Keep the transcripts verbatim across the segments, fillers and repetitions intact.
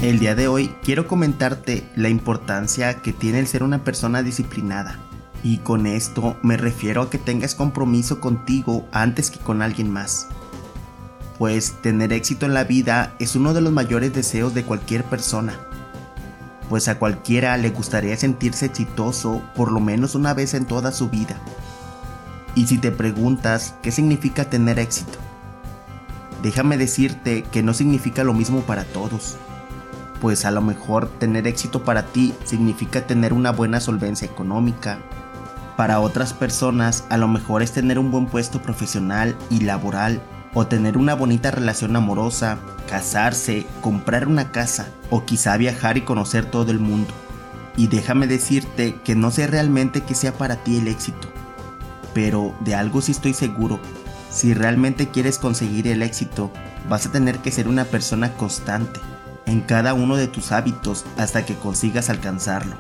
El día de hoy quiero comentarte la importancia que tiene el ser una persona disciplinada. Y con esto me refiero a que tengas compromiso contigo antes que con alguien más. Pues tener éxito en la vida es uno de los mayores deseos de cualquier persona. Pues a cualquiera le gustaría sentirse exitoso por lo menos una vez en toda su vida. Y si te preguntas qué significa tener éxito, déjame decirte que no significa lo mismo para todos. Pues a lo mejor tener éxito para ti significa tener una buena solvencia económica. Para otras personas a lo mejor es tener un buen puesto profesional y laboral, o tener una bonita relación amorosa, casarse, comprar una casa, o quizá viajar y conocer todo el mundo. Y déjame decirte que no sé realmente qué sea para ti el éxito, pero de algo sí estoy seguro: si realmente quieres conseguir el éxito, vas a tener que ser una persona constante en cada uno de tus hábitos hasta que consigas alcanzarlo.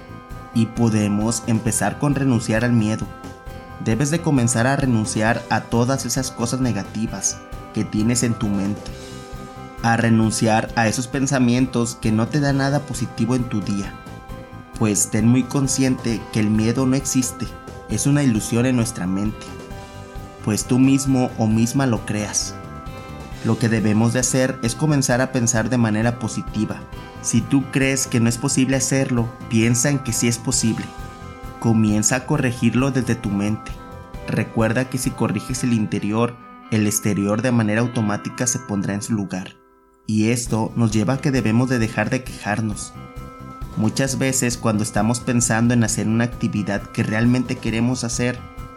Y podemos empezar con renunciar al miedo. Debes de comenzar a renunciar a todas esas cosas negativas que tienes en tu mente, a renunciar a esos pensamientos que no te dan nada positivo en tu día. Pues ten muy consciente que el miedo no existe, es una ilusión en nuestra mente, pues tú mismo o misma lo creas. Lo que debemos de hacer es comenzar a pensar de manera positiva. Si tú crees que no es posible hacerlo, piensa en que sí es posible. Comienza a corregirlo desde tu mente. Recuerda que si corriges el interior, el exterior de manera automática se pondrá en su lugar. Y esto nos lleva a que debemos de dejar de quejarnos. Muchas veces cuando estamos pensando en hacer una actividad que realmente queremos hacer,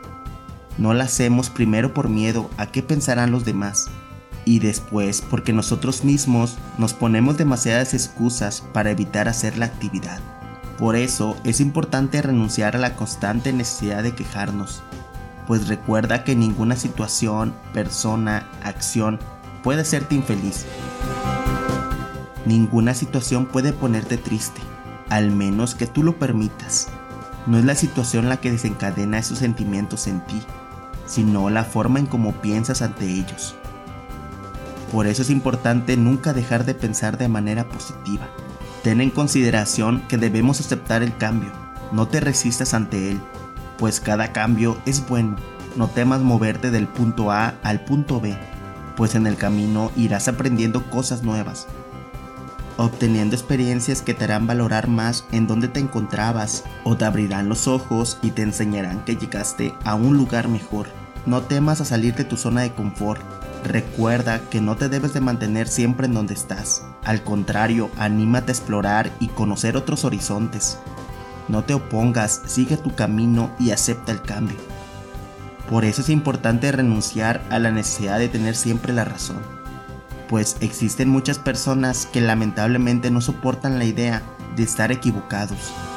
no la hacemos primero por miedo a qué pensarán los demás, y después porque nosotros mismos nos ponemos demasiadas excusas para evitar hacer la actividad. Por eso es importante renunciar a la constante necesidad de quejarnos, pues recuerda que ninguna situación, persona, acción puede hacerte infeliz. Ninguna situación puede ponerte triste, al menos que tú lo permitas. No es la situación la que desencadena esos sentimientos en ti, sino la forma en cómo piensas ante ellos. Por eso es importante nunca dejar de pensar de manera positiva. Ten en consideración que debemos aceptar el cambio, no te resistas ante él, pues cada cambio es bueno. No temas moverte del punto A al punto B, pues en el camino irás aprendiendo cosas nuevas, obteniendo experiencias que te harán valorar más en donde te encontrabas, o te abrirán los ojos y te enseñarán que llegaste a un lugar mejor. No temas a salir de tu zona de confort. Recuerda que no te debes de mantener siempre en donde estás. Al contrario, anímate a explorar y conocer otros horizontes. No te opongas, sigue tu camino y acepta el cambio. Por eso es importante renunciar a la necesidad de tener siempre la razón, pues existen muchas personas que lamentablemente no soportan la idea de estar equivocados.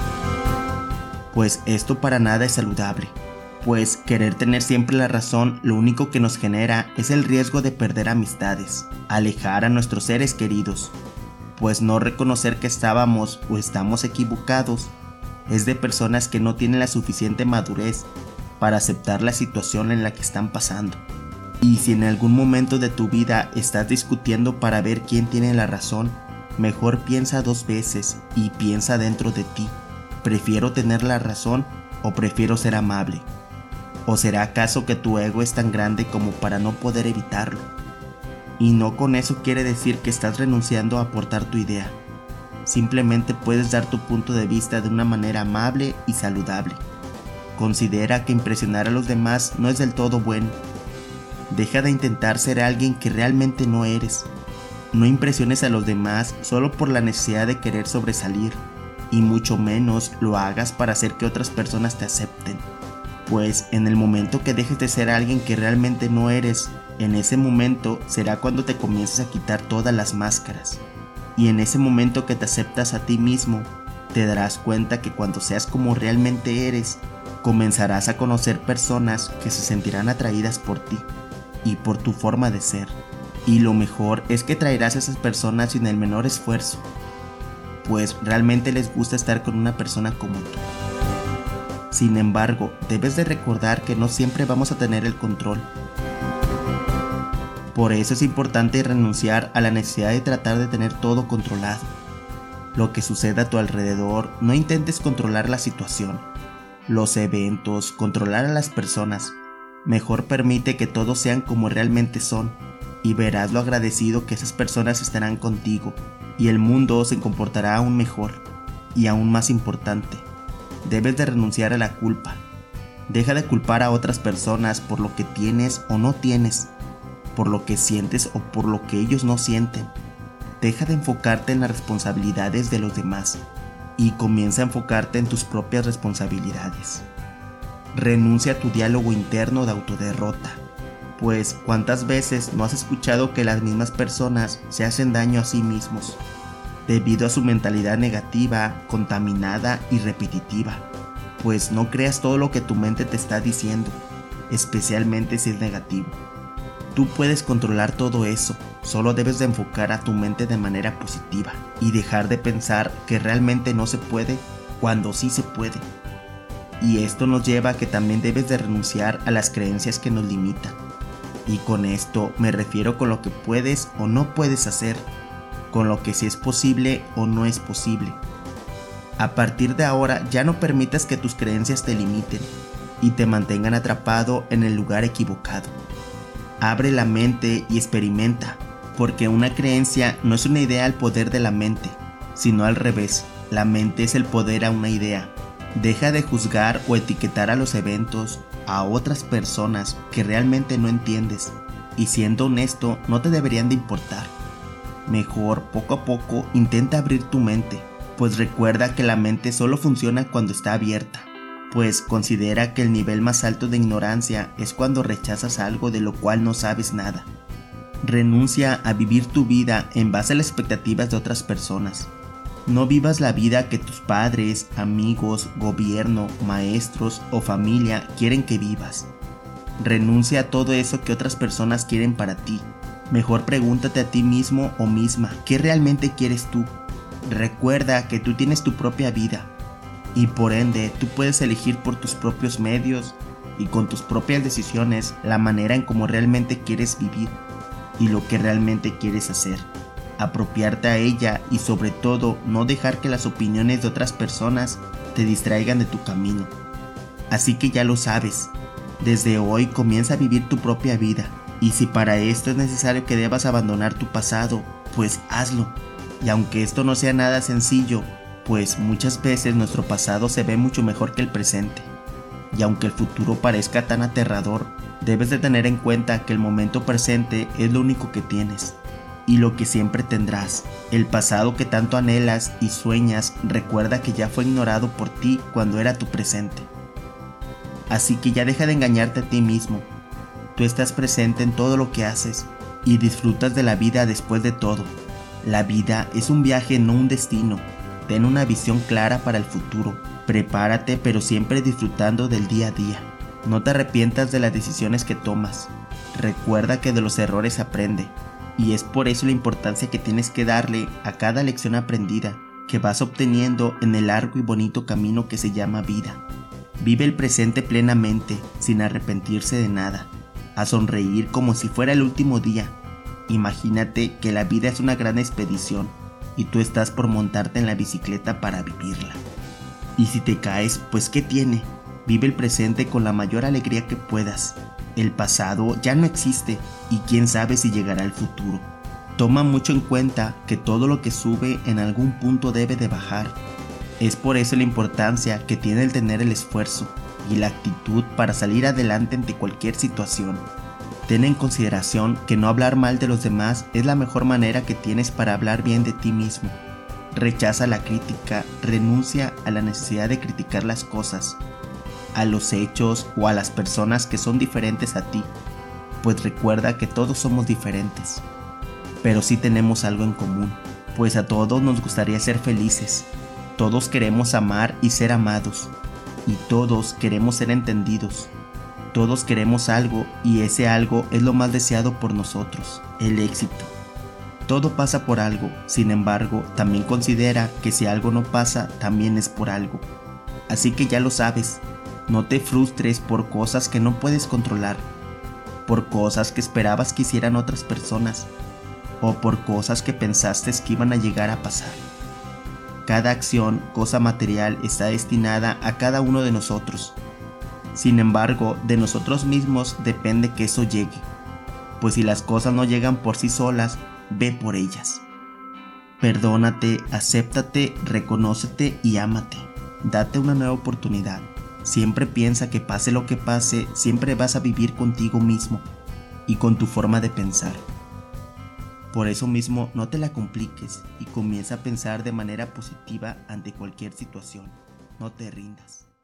Pues esto para nada es saludable. Pues querer tener siempre la razón lo único que nos genera es el riesgo de perder amistades, alejar a nuestros seres queridos, pues no reconocer que estábamos o estamos equivocados es de personas que no tienen la suficiente madurez para aceptar la situación en la que están pasando. Y si en algún momento de tu vida estás discutiendo para ver quién tiene la razón, mejor piensa dos veces y piensa dentro de ti: ¿prefiero tener la razón o prefiero ser amable? ¿O será acaso que tu ego es tan grande como para no poder evitarlo? Y no con eso quiere decir que estás renunciando a aportar tu idea. Simplemente puedes dar tu punto de vista de una manera amable y saludable. Considera que impresionar a los demás no es del todo bueno. Deja de intentar ser alguien que realmente no eres. No impresiones a los demás solo por la necesidad de querer sobresalir, y mucho menos lo hagas para hacer que otras personas te acepten. Pues en el momento que dejes de ser alguien que realmente no eres, en ese momento será cuando te comiences a quitar todas las máscaras. Y en ese momento que te aceptas a ti mismo, te darás cuenta que cuando seas como realmente eres, comenzarás a conocer personas que se sentirán atraídas por ti y por tu forma de ser. Y lo mejor es que traerás a esas personas sin el menor esfuerzo, pues realmente les gusta estar con una persona como tú. Sin embargo, debes de recordar que no siempre vamos a tener el control. Por eso es importante renunciar a la necesidad de tratar de tener todo controlado. Lo que sucede a tu alrededor, no intentes controlar la situación, los eventos, controlar a las personas. Mejor permite que todos sean como realmente son y verás lo agradecido que esas personas estarán contigo y el mundo se comportará aún mejor. Y aún más importante, debes de renunciar a la culpa. Deja de culpar a otras personas por lo que tienes o no tienes, por lo que sientes o por lo que ellos no sienten. Deja de enfocarte en las responsabilidades de los demás y comienza a enfocarte en tus propias responsabilidades. Renuncia a tu diálogo interno de autoderrota, pues ¿cuántas veces no has escuchado que las mismas personas se hacen daño a sí mismos debido a su mentalidad negativa, contaminada y repetitiva? Pues no creas todo lo que tu mente te está diciendo, especialmente si es negativo. Tú puedes controlar todo eso, solo debes de enfocar a tu mente de manera positiva y dejar de pensar que realmente no se puede cuando sí se puede. Y esto nos lleva a que también debes de renunciar a las creencias que nos limitan. Y con esto me refiero con lo que puedes o no puedes hacer, con lo que sí es posible o no es posible. A partir de ahora ya no permitas que tus creencias te limiten y te mantengan atrapado en el lugar equivocado. Abre la mente y experimenta, porque una creencia no es una idea al poder de la mente, sino al revés, la mente es el poder a una idea. Deja de juzgar o etiquetar a los eventos, a otras personas que realmente no entiendes, y siendo honesto, no te deberían de importar. Mejor, poco a poco, intenta abrir tu mente, pues recuerda que la mente solo funciona cuando está abierta. Pues considera que el nivel más alto de ignorancia es cuando rechazas algo de lo cual no sabes nada. Renuncia a vivir tu vida en base a las expectativas de otras personas. No vivas la vida que tus padres, amigos, gobierno, maestros o familia quieren que vivas. Renuncia a todo eso que otras personas quieren para ti. Mejor pregúntate a ti mismo o misma, ¿qué realmente quieres tú? Recuerda que tú tienes tu propia vida. Y por ende, tú puedes elegir por tus propios medios y con tus propias decisiones la manera en cómo realmente quieres vivir y lo que realmente quieres hacer. Apropiarte a ella y sobre todo no dejar que las opiniones de otras personas te distraigan de tu camino. Así que ya lo sabes, desde hoy comienza a vivir tu propia vida y si para esto es necesario que debas abandonar tu pasado, pues hazlo. Y aunque esto no sea nada sencillo, pues muchas veces nuestro pasado se ve mucho mejor que el presente. Y aunque el futuro parezca tan aterrador, debes de tener en cuenta que el momento presente es lo único que tienes y lo que siempre tendrás. El pasado que tanto anhelas y sueñas, recuerda que ya fue ignorado por ti cuando era tu presente. Así que ya deja de engañarte a ti mismo. Tú estás presente en todo lo que haces y disfrutas de la vida después de todo. La vida es un viaje, no un destino. Ten una visión clara para el futuro. Prepárate, pero siempre disfrutando del día a día. No te arrepientas de las decisiones que tomas. Recuerda que de los errores se aprende. Y es por eso la importancia que tienes que darle a cada lección aprendida que vas obteniendo en el largo y bonito camino que se llama vida. Vive el presente plenamente, sin arrepentirse de nada. A sonreír como si fuera el último día. Imagínate que la vida es una gran expedición y tú estás por montarte en la bicicleta para vivirla. Y si te caes, pues ¿qué tiene? Vive el presente con la mayor alegría que puedas. El pasado ya no existe y quién sabe si llegará el futuro. Toma mucho en cuenta que todo lo que sube en algún punto debe de bajar. Es por eso la importancia que tiene el tener el esfuerzo y la actitud para salir adelante ante cualquier situación. Ten en consideración que no hablar mal de los demás es la mejor manera que tienes para hablar bien de ti mismo. Rechaza la crítica, renuncia a la necesidad de criticar las cosas, a los hechos o a las personas que son diferentes a ti, pues recuerda que todos somos diferentes, pero sí tenemos algo en común, pues a todos nos gustaría ser felices, todos queremos amar y ser amados, y todos queremos ser entendidos. Todos queremos algo y ese algo es lo más deseado por nosotros, el éxito. Todo pasa por algo, sin embargo, también considera que si algo no pasa, también es por algo. Así que ya lo sabes, no te frustres por cosas que no puedes controlar. por cosas que esperabas que hicieran otras personas o por cosas que pensaste que iban a llegar a pasar. Cada acción, cosa material, está destinada a cada uno de nosotros. Sin embargo, de nosotros mismos depende que eso llegue, pues si las cosas no llegan por sí solas, ve por ellas. Perdónate, acéptate, reconócete y ámate. Date una nueva oportunidad. Siempre piensa que pase lo que pase, siempre vas a vivir contigo mismo y con tu forma de pensar. Por eso mismo, no te la compliques y comienza a pensar de manera positiva ante cualquier situación. No te rindas.